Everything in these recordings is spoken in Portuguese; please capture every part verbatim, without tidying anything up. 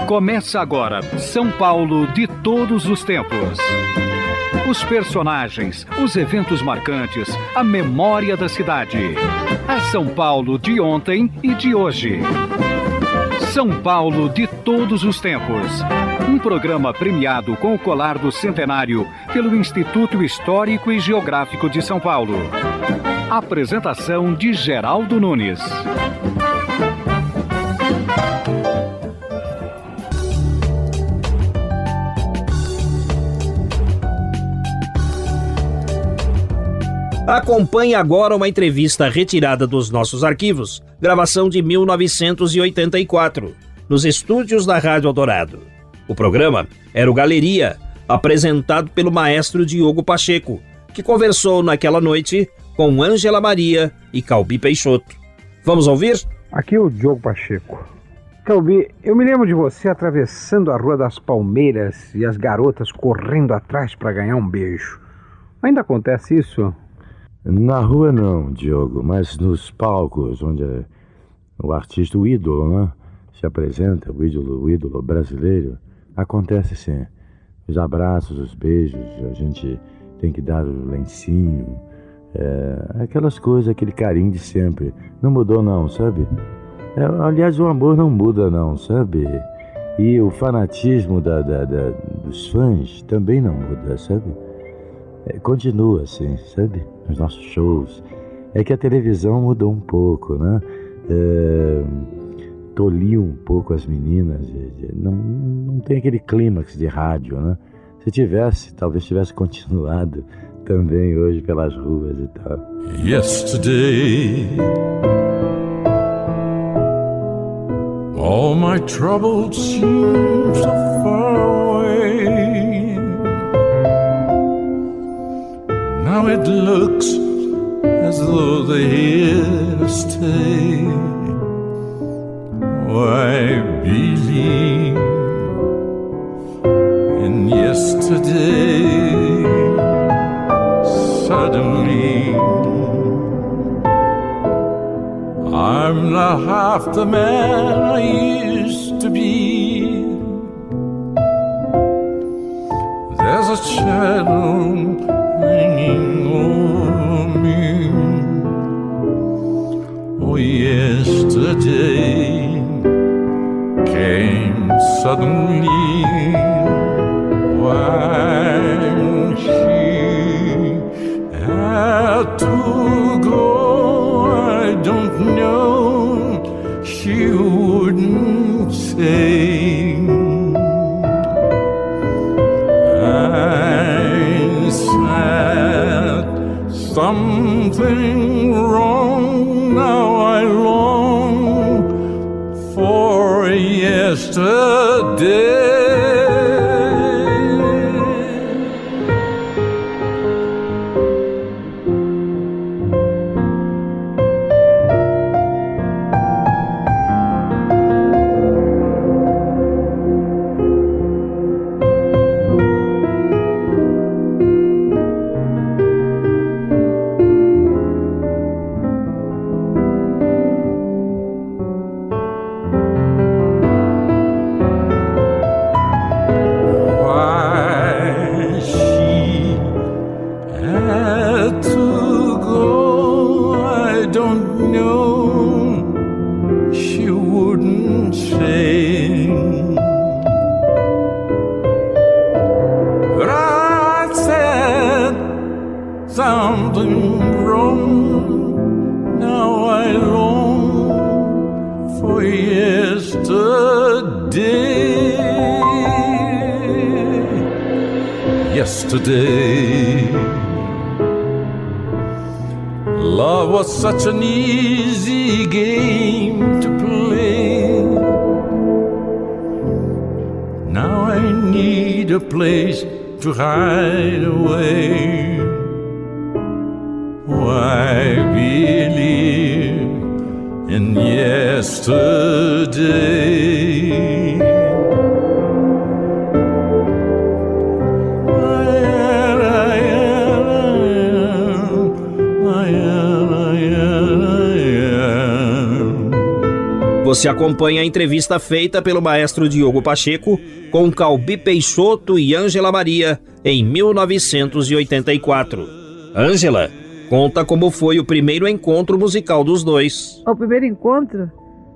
Começa agora São Paulo de todos os tempos. Os personagens, os eventos marcantes, a memória da cidade. A São Paulo de ontem e de hoje. São Paulo de todos os tempos. Um programa premiado com o colar do centenário pelo Instituto Histórico e Geográfico de São Paulo. Apresentação de Geraldo Nunes. Acompanhe agora uma entrevista retirada dos nossos arquivos, gravação de mil novecentos e oitenta e quatro, nos estúdios da Rádio Eldorado. O programa era o Galeria, apresentado pelo maestro Diogo Pacheco, que conversou naquela noite com Ângela Maria e Calbi Peixoto. Vamos ouvir? Aqui é o Diogo Pacheco. Calbi, eu me lembro de você atravessando a Rua das Palmeiras e as garotas correndo atrás para ganhar um beijo. Ainda acontece isso? Na rua não, Diogo, mas nos palcos onde o artista, o ídolo, né, se apresenta, o ídolo, o ídolo brasileiro, acontece sim. Os abraços, os beijos, a gente tem que dar o lencinho, é, aquelas coisas, aquele carinho de sempre. Não mudou não, sabe? É, aliás, o amor não muda não, sabe? E o fanatismo da, da, da, dos fãs também não muda, sabe? É, continua assim, sabe? Nos nossos shows. É que a televisão mudou um pouco, né? É, toliu um pouco as meninas. Não, não tem aquele clímax de rádio, né? Se tivesse, talvez tivesse continuado também hoje pelas ruas e tal. Yesterday, all my troubles seem so far away. Now it looks as though they're here to stay. Why believe in yesterday? Suddenly I'm not half the man I used to be. There's a shadow hanging over me. Oh, yesterday came suddenly. Why she had to go, I don't know. She wouldn't say. I said something wrong. Now I long for yesterday. Yesterday, love was such an easy game to play. Now I need a place to hide away. Why believe in yesterday? Você acompanha a entrevista feita pelo maestro Diogo Pacheco com Calbi Peixoto e Ângela Maria em mil novecentos e oitenta e quatro. Ângela conta como foi o primeiro encontro musical dos dois. O primeiro encontro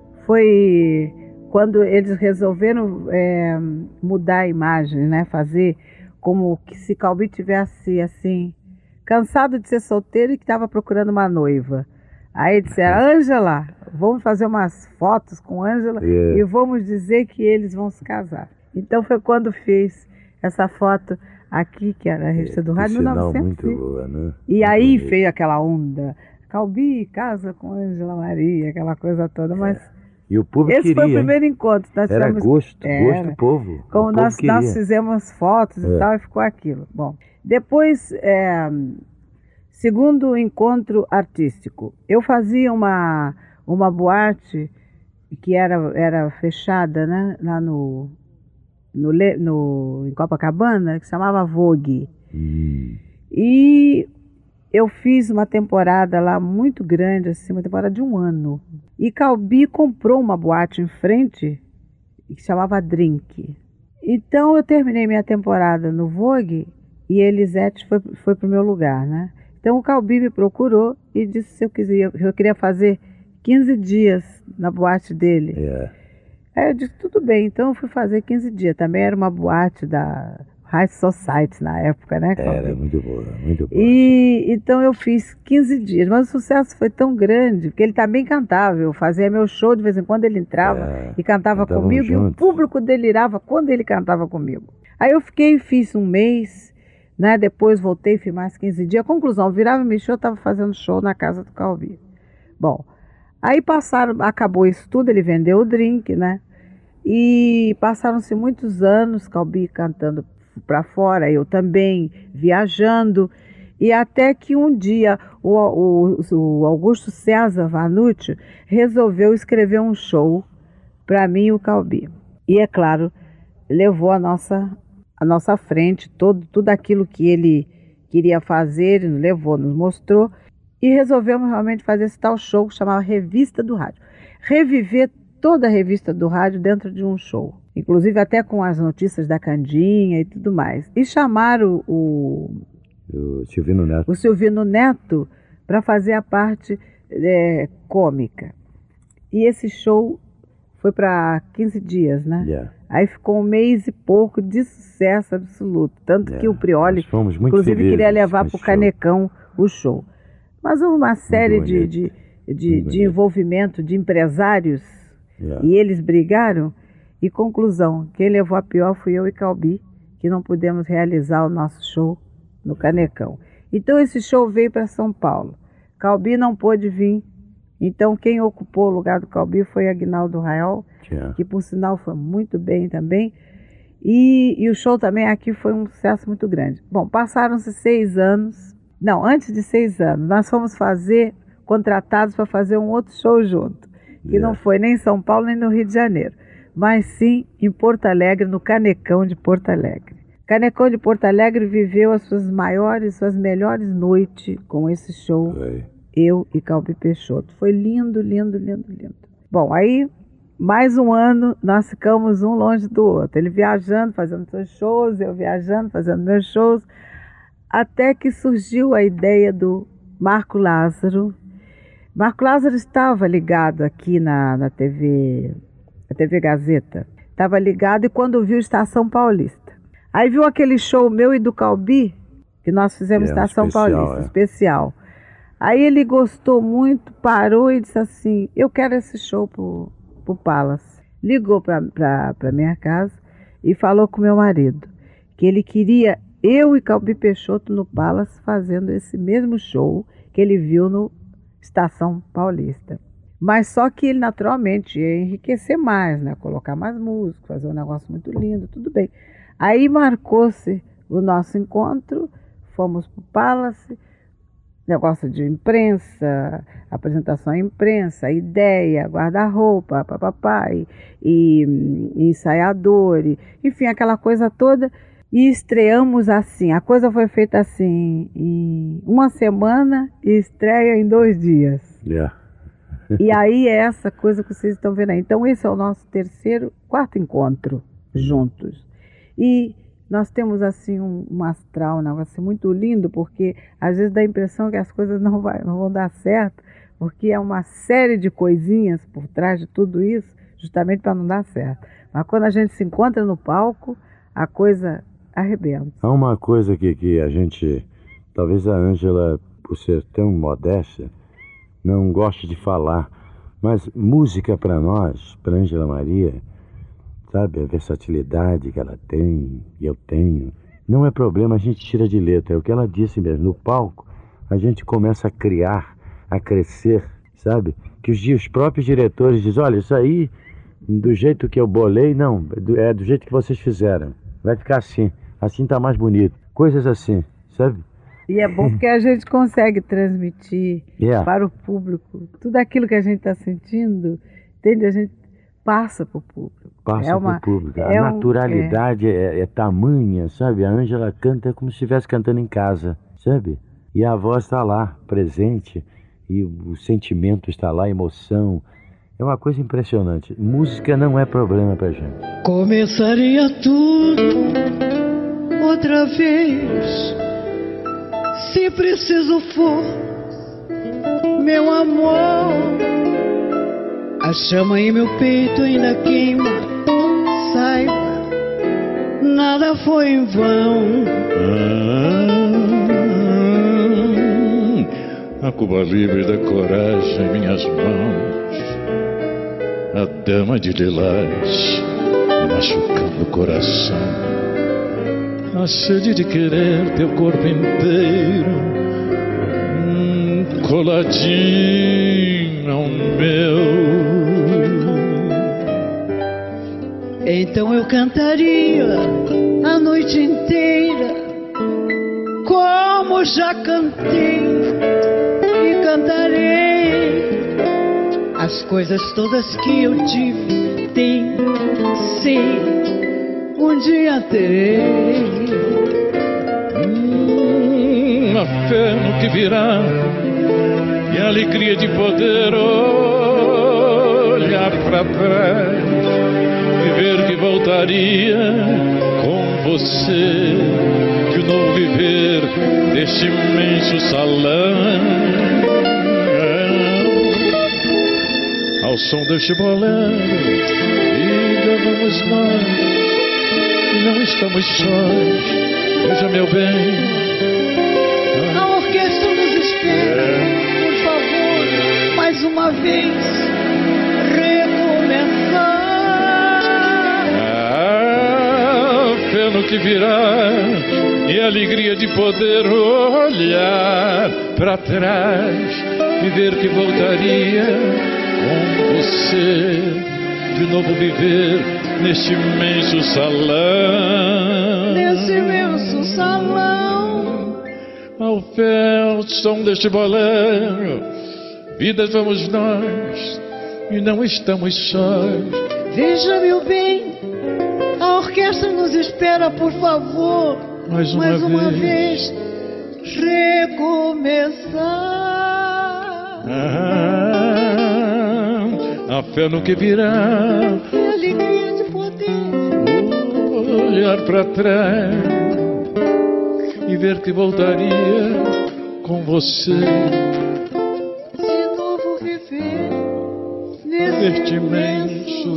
foi quando eles resolveram é, mudar a imagem, né? Fazer como que se Calbi tivesse assim, cansado de ser solteiro e que estava procurando uma noiva. Aí disseram, Ângela, vamos fazer umas fotos com Ângela yeah. e vamos dizer que eles vão se casar. Então foi quando fez essa foto aqui, que era a revista do rádio, mil e novecentos. Muito boa, né? E muito aí bonito. Veio aquela onda, Calbi casa com Ângela Maria, aquela coisa toda, mas... É. E o público Esse queria, foi o primeiro encontro. Nós era fizemos, gosto, era, gosto do povo. Como o nós, povo nós fizemos fotos é. e tal, e ficou aquilo. Bom, depois... É, segundo encontro artístico, eu fazia uma, uma boate que era, era fechada, né, lá no, no, no, em Copacabana, que se chamava Vogue. Hum. E eu fiz uma temporada lá muito grande, assim, uma temporada de um ano. E Calbi comprou uma boate em frente que se chamava Drink. Então eu terminei minha temporada no Vogue e Elisete foi, foi para o meu lugar, né? Então o Calbi me procurou e disse se eu, quisia, eu queria fazer quinze dias na boate dele. Yeah. Aí eu disse, tudo bem, então eu fui fazer quinze dias. Também era uma boate da High Society na época, né, Calbi? Era muito boa, muito boa. E então eu fiz quinze dias, mas o sucesso foi tão grande, porque ele também cantava. Eu fazia meu show, de vez em quando ele entrava é, e cantava comigo, juntos. E o público delirava quando ele cantava comigo. Aí eu fiquei, fiz um mês... Né? Depois voltei, fiz mais quinze dias. Conclusão, virava e mexia, eu estava fazendo show na casa do Calbi. Bom, aí passaram, acabou isso tudo, ele vendeu o drink, né? E passaram-se muitos anos, Calbi cantando para fora, eu também viajando. E até que um dia o, o, o Augusto César Vanucci resolveu escrever um show para mim e o Calbi. E é claro, levou a nossa... à nossa frente, todo, tudo aquilo que ele queria fazer, ele nos levou, nos mostrou, e resolvemos realmente fazer esse tal show que chamava Revista do Rádio. Reviver toda a Revista do Rádio dentro de um show, inclusive até com as notícias da Candinha e tudo mais. E chamaram o, o Silvino Neto, o Silvino Neto para fazer a parte é, cômica. E esse show foi para quinze dias, né? Yeah. Aí ficou um mês e pouco de sucesso absoluto. Tanto yeah. que o Prioli, inclusive, queria levar para o Canecão o show. Mas houve uma série de, de, de, de envolvimento de empresários yeah. e eles brigaram. E conclusão, quem levou a pior fui eu e Calbi, que não pudemos realizar o nosso show no Canecão. Então esse show veio para São Paulo. Calbi não pôde vir. Então, quem ocupou o lugar do Calbi foi Aguinaldo Raiol, yeah. que por sinal foi muito bem também. E, e o show também aqui foi um sucesso muito grande. Bom, passaram-se seis anos. Não, antes de seis anos, nós fomos fazer, contratados para fazer um outro show junto. Que yeah. não foi nem em São Paulo, nem no Rio de Janeiro. Mas sim em Porto Alegre, no Canecão de Porto Alegre. Canecão de Porto Alegre viveu as suas maiores, suas melhores noites com esse show. Oi. Eu e Calbi Peixoto. Foi lindo, lindo, lindo, lindo. Bom, aí, mais um ano, nós ficamos um longe do outro. Ele viajando, fazendo seus shows, eu viajando, fazendo meus shows, até que surgiu a ideia do Marco Lázaro. Marco Lázaro estava ligado aqui na, na T V, na T V Gazeta. Estava ligado e quando viu Estação Paulista. Aí viu aquele show meu e do Calbi, que nós fizemos é, Estação especial, Paulista, é. especial. Aí ele gostou muito, parou e disse assim, eu quero esse show pro, pro Palace. Ligou para a minha casa e falou com meu marido que ele queria eu e Calbi Peixoto no Palace fazendo esse mesmo show que ele viu no Estação Paulista. Mas só que ele naturalmente ia enriquecer mais, né? Colocar mais música, fazer um negócio muito lindo, tudo bem. Aí marcou-se o nosso encontro, fomos pro Palace, negócio de imprensa, apresentação à imprensa, ideia, guarda-roupa, papapá, e, e, e ensaiador, e, enfim, aquela coisa toda. E estreamos assim, a coisa foi feita assim, em uma semana e estreia em dois dias. Yeah. E aí é essa coisa que vocês estão vendo aí. Então esse é o nosso terceiro, quarto encontro juntos. E nós temos assim um, um astral, um negócio muito lindo, porque às vezes dá a impressão que as coisas não, vai, não vão dar certo, porque é uma série de coisinhas por trás de tudo isso, justamente para não dar certo. Mas quando a gente se encontra no palco, a coisa arrebenta. Há uma coisa que, que a gente, talvez a Ângela, por ser tão modesta, não goste de falar, mas música para nós, para Ângela Maria, sabe, a versatilidade que ela tem, e eu tenho, não é problema, a gente tira de letra. É o que ela disse mesmo, no palco a gente começa a criar, a crescer, sabe? Que os, os próprios diretores dizem, olha, isso aí, do jeito que eu bolei, não, é do jeito que vocês fizeram, vai ficar assim, assim tá mais bonito, coisas assim, sabe? E é bom porque a gente consegue transmitir yeah. para o público tudo aquilo que a gente está sentindo, entende? A gente passa para o público. Passa é para o público. A é naturalidade um, é... É, é tamanha, sabe? A Ângela canta como se estivesse cantando em casa, sabe? E a voz está lá, presente, e o sentimento está lá, a emoção. É uma coisa impressionante. Música não é problema para gente. Começaria tudo outra vez, se preciso for, meu amor. A chama em meu peito ainda queima, saiba, nada foi em vão. Ah, a Cuba livre da coragem em minhas mãos, a dama de lilás machucando o coração. A sede de querer teu corpo inteiro, hum, coladinho ao meu. Então eu cantaria a noite inteira, como já cantei e cantarei. As coisas todas que eu tive, tenho, sei, um dia terei. Hum, a fé no que virá e a alegria de poder olhar pra trás e ver que voltaria com você, de novo viver neste imenso salão. Ao som deste bolero, e vamos nós, não estamos sós, veja meu bem. A orquestra nos espera, por favor, mais uma vez, recomeçar. Ah, fé no que virá e a alegria de poder olhar pra trás e ver que voltaria com você, de novo viver neste imenso salão. Nesse imenso salão. Ao pé, ao som deste bolero, vidas vamos nós e não estamos sós. Veja meu bem, a orquestra nos espera, por favor, mais uma, mais uma vez. vez, recomeçar. Ah, a fé no que virá e a alegria de poder olhar pra trás e ver que voltaria com você, de novo viver neste imenso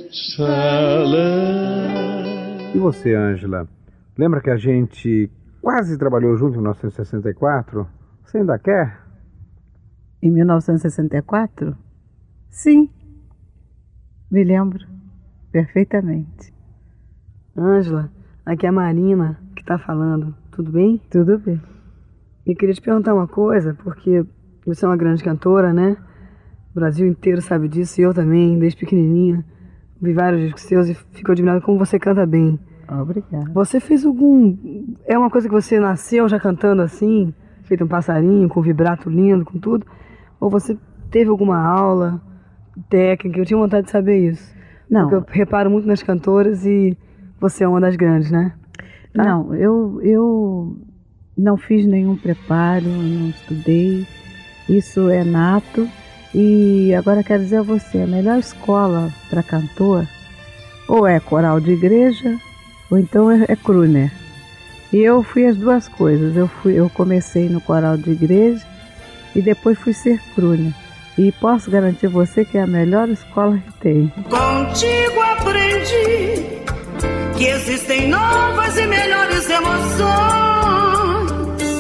salão. E você, Ângela, lembra que a gente quase trabalhou junto em mil novecentos e sessenta e quatro? Você ainda quer? Em mil novecentos e sessenta e quatro? Sim, me lembro perfeitamente. Ângela, aqui é a Marina que está falando. Tudo bem? Tudo bem. Eu queria te perguntar uma coisa, porque você é uma grande cantora, né? O Brasil inteiro sabe disso, e eu também, desde pequenininha. Vi vários discos seus e fico admirada como você canta bem. Obrigada. Você fez algum... É uma coisa que você nasceu já cantando assim, feito um passarinho, com vibrato lindo, com tudo? Ou você teve alguma aula técnica? Eu tinha vontade de saber isso. Não. Porque eu reparo muito nas cantoras e você é uma das grandes, né? Tá? Não, eu, eu não fiz nenhum preparo, não estudei. Isso é nato E agora quero dizer a você, a melhor escola para cantor ou é coral de igreja ou então é, é crooner. E eu fui as duas coisas. Eu, fui, eu comecei no coral de igreja e depois fui ser crooner. E posso garantir a você que é a melhor escola que tem. Contigo aprendi que existem novas e melhores emoções.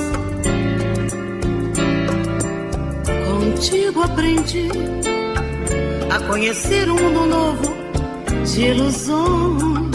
Contigo aprendi a conhecer um mundo novo de ilusões.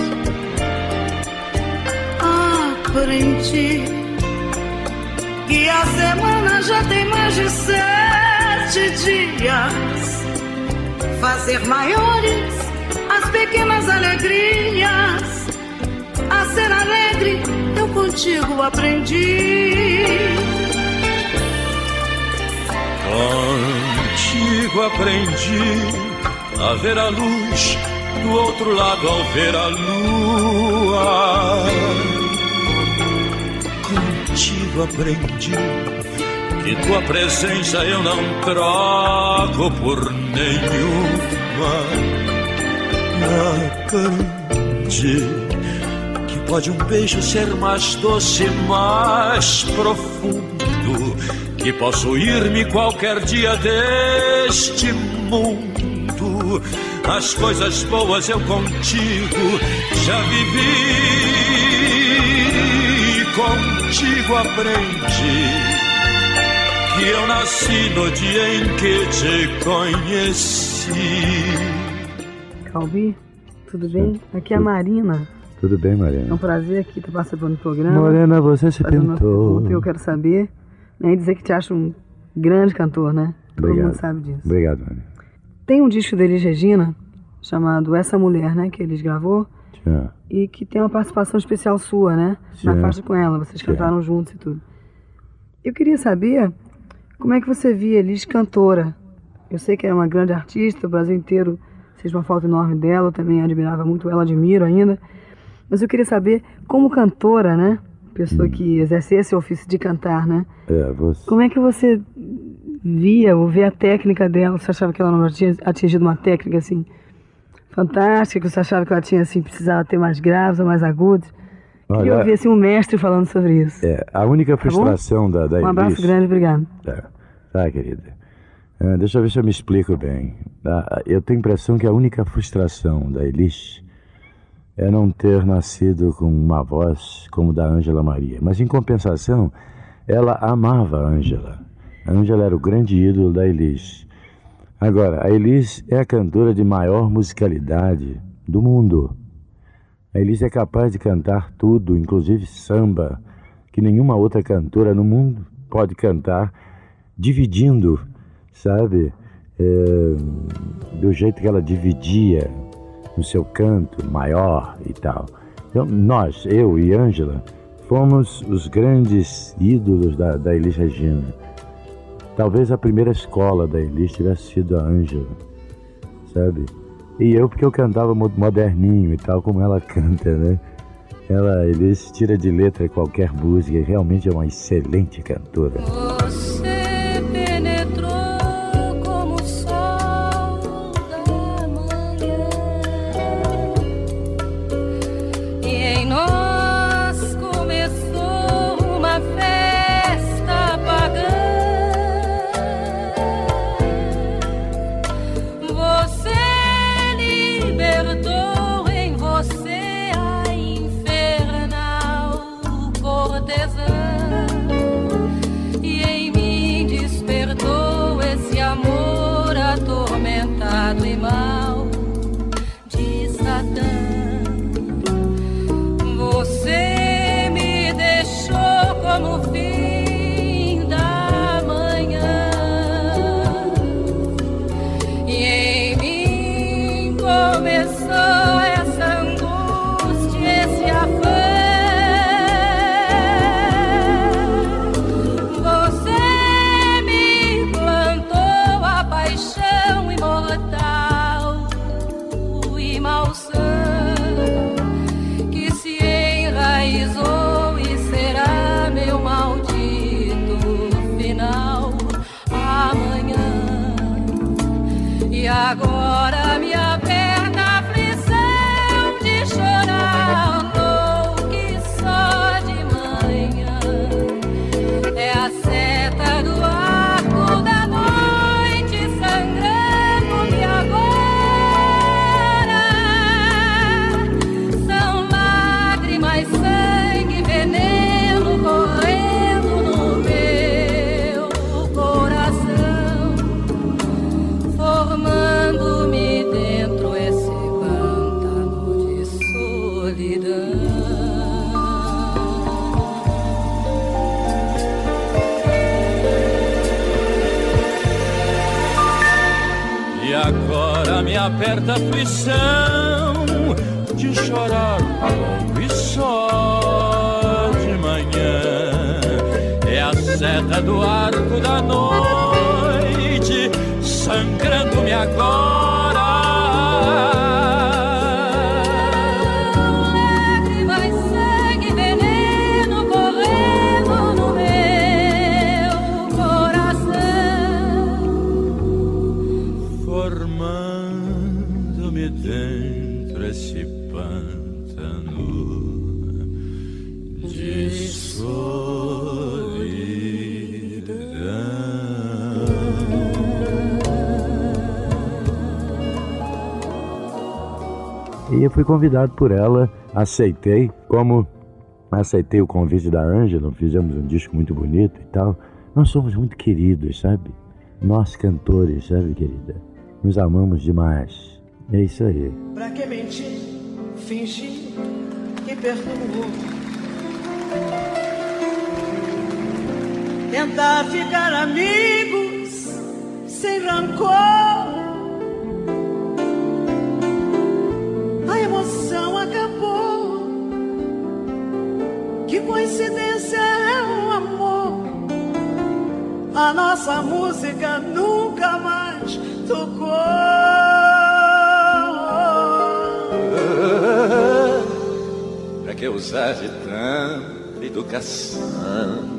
Aprendi que a semana já tem mais de sete dias. Fazer maiores as pequenas alegrias. A ser alegre eu contigo aprendi. Contigo aprendi a ver a luz do outro lado ao ver a lua. Contigo aprendi que tua presença eu não troco por nenhuma. Aprendi que pode um beijo ser mais doce, mais profundo. Que posso ir-me qualquer dia deste mundo. As coisas boas eu contigo já vivi. Contigo aprendi que eu nasci no dia em que te conheci. Calbi, tudo bem? Aqui é a Marina. Tudo bem, Marina? É um prazer aqui estar participando do programa. Morena, você se pintou. Eu quero saber, né, e dizer que te acho um grande cantor, né? Obrigado. Todo mundo sabe disso. Obrigado, Marina. Tem um disco da Elis Regina, chamado Essa Mulher, né? Que eles gravou. Tchau. E que tem uma participação especial sua, né? Tchau. Na faixa com ela, vocês Tchau. cantaram juntos e tudo. Eu queria saber como é que você via Elis cantora. Eu sei que era uma grande artista, o Brasil inteiro fez uma falta enorme dela, eu também admirava muito ela, admiro ainda. Mas eu queria saber, como cantora, né? Pessoa hum. que exerce esse ofício de cantar, né? É, você... Como é que você via ou vê a técnica dela? Você achava que ela não tinha atingido uma técnica assim fantástica? Que você achava que ela tinha assim precisava ter mais graves ou mais agudos? Olha, queria ouvir assim um mestre falando sobre isso. É, a única frustração tá da, da Elis... Um abraço grande, obrigado. Tá, tá querida. Uh, deixa eu ver se eu me explico bem. Uh, eu tenho a impressão que a única frustração da Elis é não ter nascido com uma voz como da Ângela Maria. Mas, em compensação, ela amava a Ângela. A Ângela era o grande ídolo da Elis. Agora, a Elis é a cantora de maior musicalidade do mundo. A Elis é capaz de cantar tudo, inclusive samba, que nenhuma outra cantora no mundo pode cantar, dividindo, sabe, é, do jeito que ela dividia no seu canto maior e tal. Então, nós, eu e Ângela, fomos os grandes ídolos da, da Elis Regina. Talvez a primeira escola da Elis tivesse sido a Ângela, sabe? E eu, porque eu cantava moderninho e tal, como ela canta, né? Ela, Elis, tira de letra qualquer música e realmente é uma excelente cantora. Amanhã aperta a aflição de chorar longo e só de manhã. É a seta do arco da noite sangrando-me agora. E eu fui convidado por ela, aceitei, como aceitei o convite da Ângela, fizemos um disco muito bonito e tal. Nós somos muito queridos, sabe? Nós cantores, sabe, querida? Nos amamos demais. É isso aí. Pra que mentir, fingir que perdoou? Tentar ficar amigos sem rancor. A emoção acabou. Que coincidência é o amor. A nossa música nunca mais tocou. Pra que usar de tanta educação?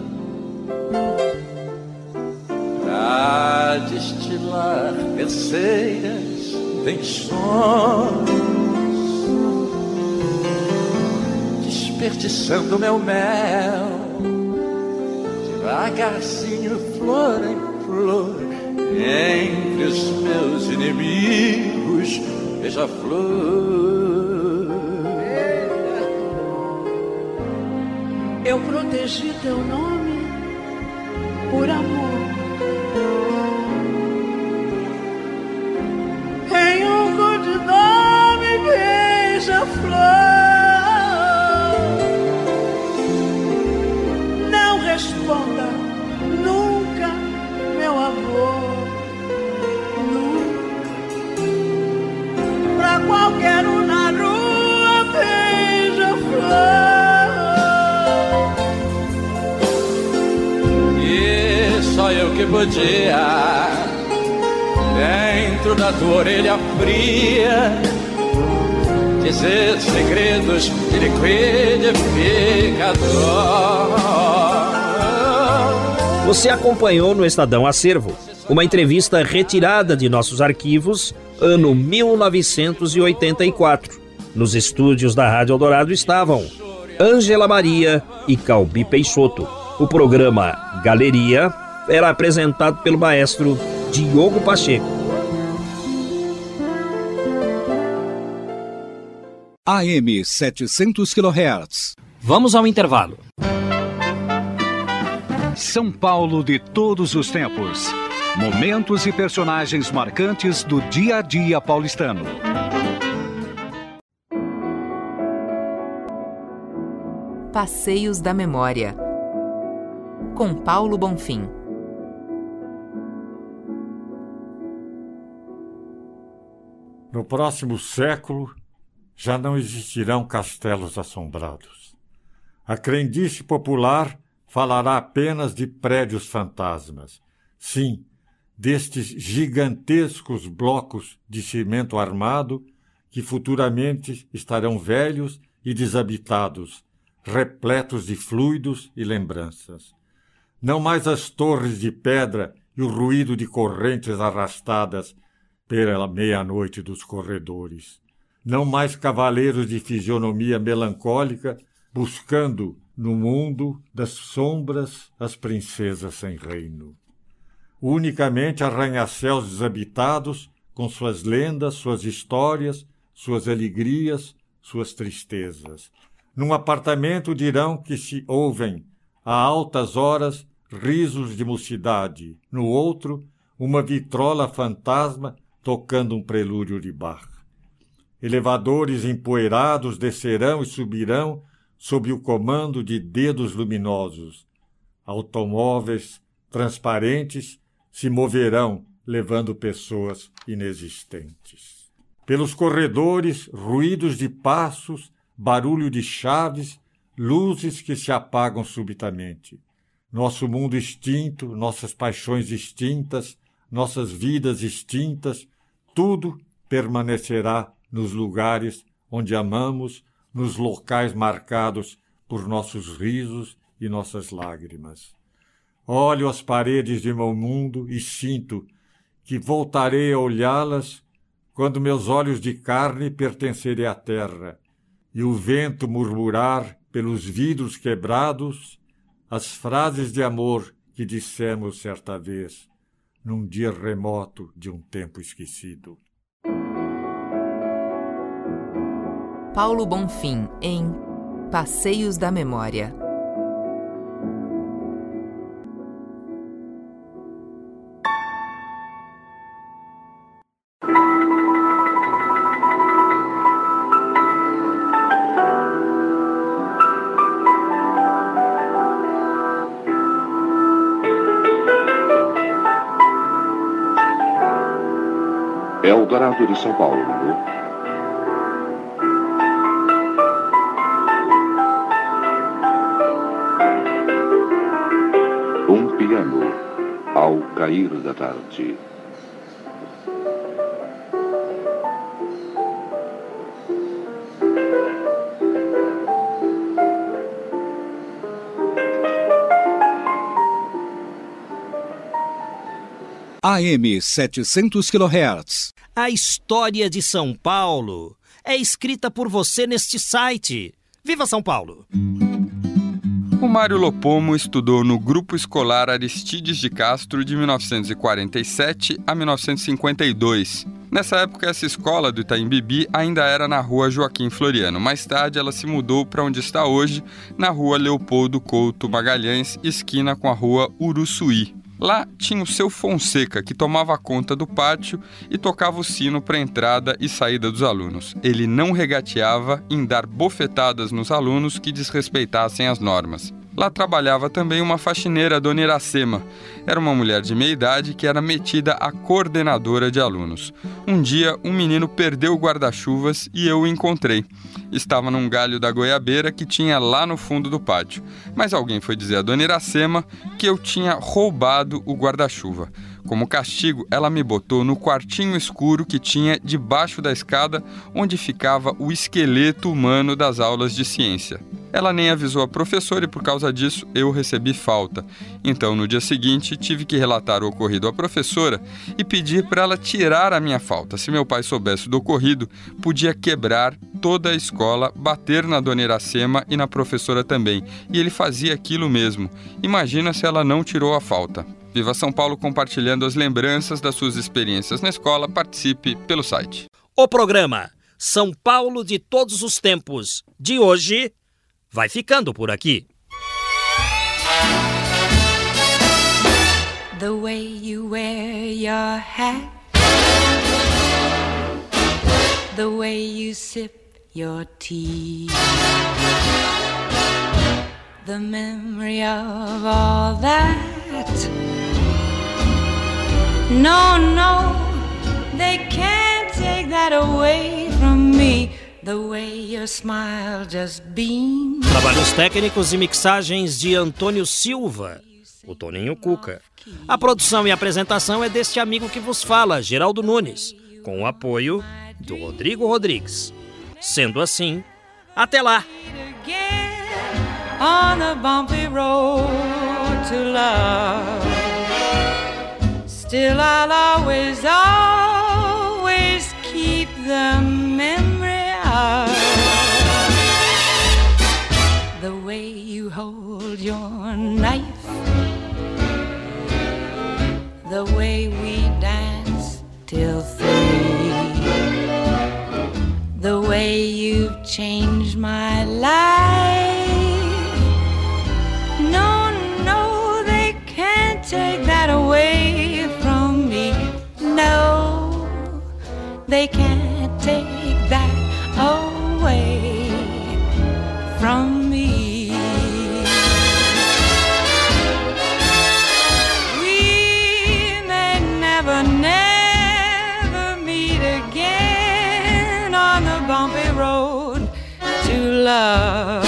Pra destilar terceiras intenções, desperdiçando meu mel, devagarzinho, flor em flor, entre os meus inimigos, beija-flor. Eu protegi teu nome por amor. Em um codinome, beija-flor. Não responda nunca, meu amor, nunca. Pra qualquer um na rua, beija-flor. Só eu que podia, dentro da tua orelha fria, dizer segredos de liquidificador. Você acompanhou no Estadão Acervo uma entrevista retirada de nossos arquivos, ano mil novecentos e oitenta e quatro. Nos estúdios da Rádio Eldorado estavam Ângela Maria e Calbi Peixoto. O programa Galeria era apresentado pelo maestro Diogo Pacheco. A M setecentos quilohertz. Vamos ao intervalo. São Paulo de todos os tempos. Momentos e personagens marcantes do dia a dia paulistano. Passeios da Memória, com Paulo Bonfim. No próximo século, já não existirão castelos assombrados. A crendice popular falará apenas de prédios fantasmas. Sim, destes gigantescos blocos de cimento armado que futuramente estarão velhos e desabitados, repletos de fluidos e lembranças. Não mais as torres de pedra e o ruído de correntes arrastadas pela meia-noite dos corredores. Não mais cavaleiros de fisionomia melancólica buscando no mundo das sombras as princesas sem reino. Unicamente arranha-céus desabitados com suas lendas, suas histórias, suas alegrias, suas tristezas. Num apartamento dirão que se ouvem, a altas horas, risos de mocidade. No outro, uma vitrola fantasma tocando um prelúdio de Bach. Elevadores empoeirados descerão e subirão sob o comando de dedos luminosos. Automóveis transparentes se moverão levando pessoas inexistentes. Pelos corredores, ruídos de passos, barulho de chaves, luzes que se apagam subitamente. Nosso mundo extinto, nossas paixões extintas, nossas vidas extintas, tudo permanecerá nos lugares onde amamos, nos locais marcados por nossos risos e nossas lágrimas. Olho as paredes de meu mundo e sinto que voltarei a olhá-las quando meus olhos de carne pertencerem à terra e o vento murmurar pelos vidros quebrados as frases de amor que dissemos certa vez, num dia remoto de um tempo esquecido. Paulo Bonfim em Passeios da Memória. Eldorado de São Paulo. Um piano ao cair da tarde. A M setecentos quilohertz. A história de São Paulo é escrita por você neste site. Viva São Paulo! O Mário Lopomo estudou no Grupo Escolar Aristides de Castro de mil novecentos e quarenta e sete a mil novecentos e cinquenta e dois. Nessa época, essa escola do Itaim Bibi ainda era na rua Joaquim Floriano. Mais tarde, ela se mudou para onde está hoje, na rua Leopoldo Couto Magalhães, esquina com a rua Uruçuí. Lá tinha o seu Fonseca, que tomava conta do pátio e tocava o sino para a entrada e saída dos alunos. Ele não regateava em dar bofetadas nos alunos que desrespeitassem as normas. Lá trabalhava também uma faxineira, Dona Iracema. Era uma mulher de meia idade que era metida a coordenadora de alunos. Um dia, um menino perdeu o guarda-chuvas e eu o encontrei. Estava num galho da goiabeira que tinha lá no fundo do pátio. Mas alguém foi dizer a Dona Iracema que eu tinha roubado o guarda-chuva. Como castigo, ela me botou no quartinho escuro que tinha debaixo da escada onde ficava o esqueleto humano das aulas de ciência. Ela nem avisou a professora e, por causa disso, eu recebi falta. Então, no dia seguinte, tive que relatar o ocorrido à professora e pedir para ela tirar a minha falta. Se meu pai soubesse do ocorrido, podia quebrar toda a escola, bater na Dona Iracema e na professora também. E ele fazia aquilo mesmo. Imagina se ela não tirou a falta. Viva São Paulo, compartilhando as lembranças das suas experiências na escola. Participe pelo site. O programa São Paulo de Todos os Tempos de hoje vai ficando por aqui. The way you wear your hat, the way you sip your tea, the memory of all that. No, no, they can't take that away from me. The way your smile just beams. Trabalhos técnicos e mixagens de Antônio Silva, o Toninho Cuca. A produção e apresentação é deste amigo que vos fala, Geraldo Nunes, com o apoio do Rodrigo Rodrigues. Sendo assim, até lá! On the bumpy road to love, still I'll always, always keep the memory of the way you hold your knife, the way we dance till three, the way you've changed my life. No, no, they can't take that away from me. No, they can't take that away from me. We may never, never meet again, bumpy road to love.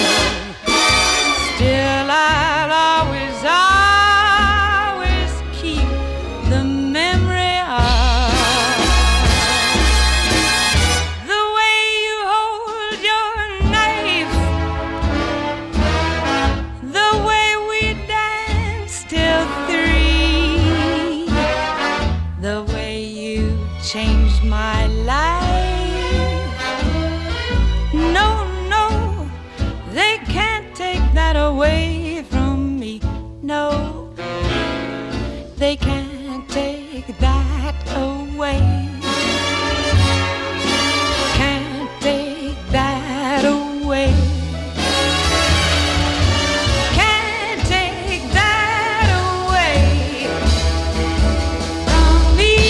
Still I'll always, always keep the memory of the way you hold your knife, the way we danced till three, the way you changed my life. No, no, they can't take that away from me. No, they can't take that away. Can't take that away. Can't take that away from me.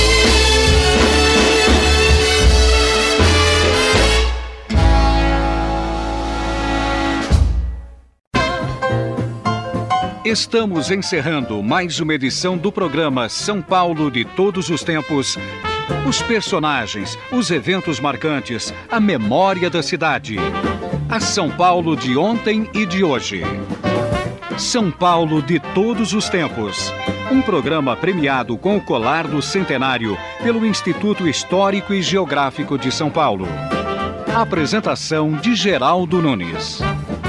Estamos encerrando mais uma edição do programa São Paulo de Todos os Tempos. Os personagens, os eventos marcantes, a memória da cidade. A São Paulo de ontem e de hoje. São Paulo de Todos os Tempos. Um programa premiado com o colar do centenário pelo Instituto Histórico e Geográfico de São Paulo. Apresentação de Geraldo Nunes.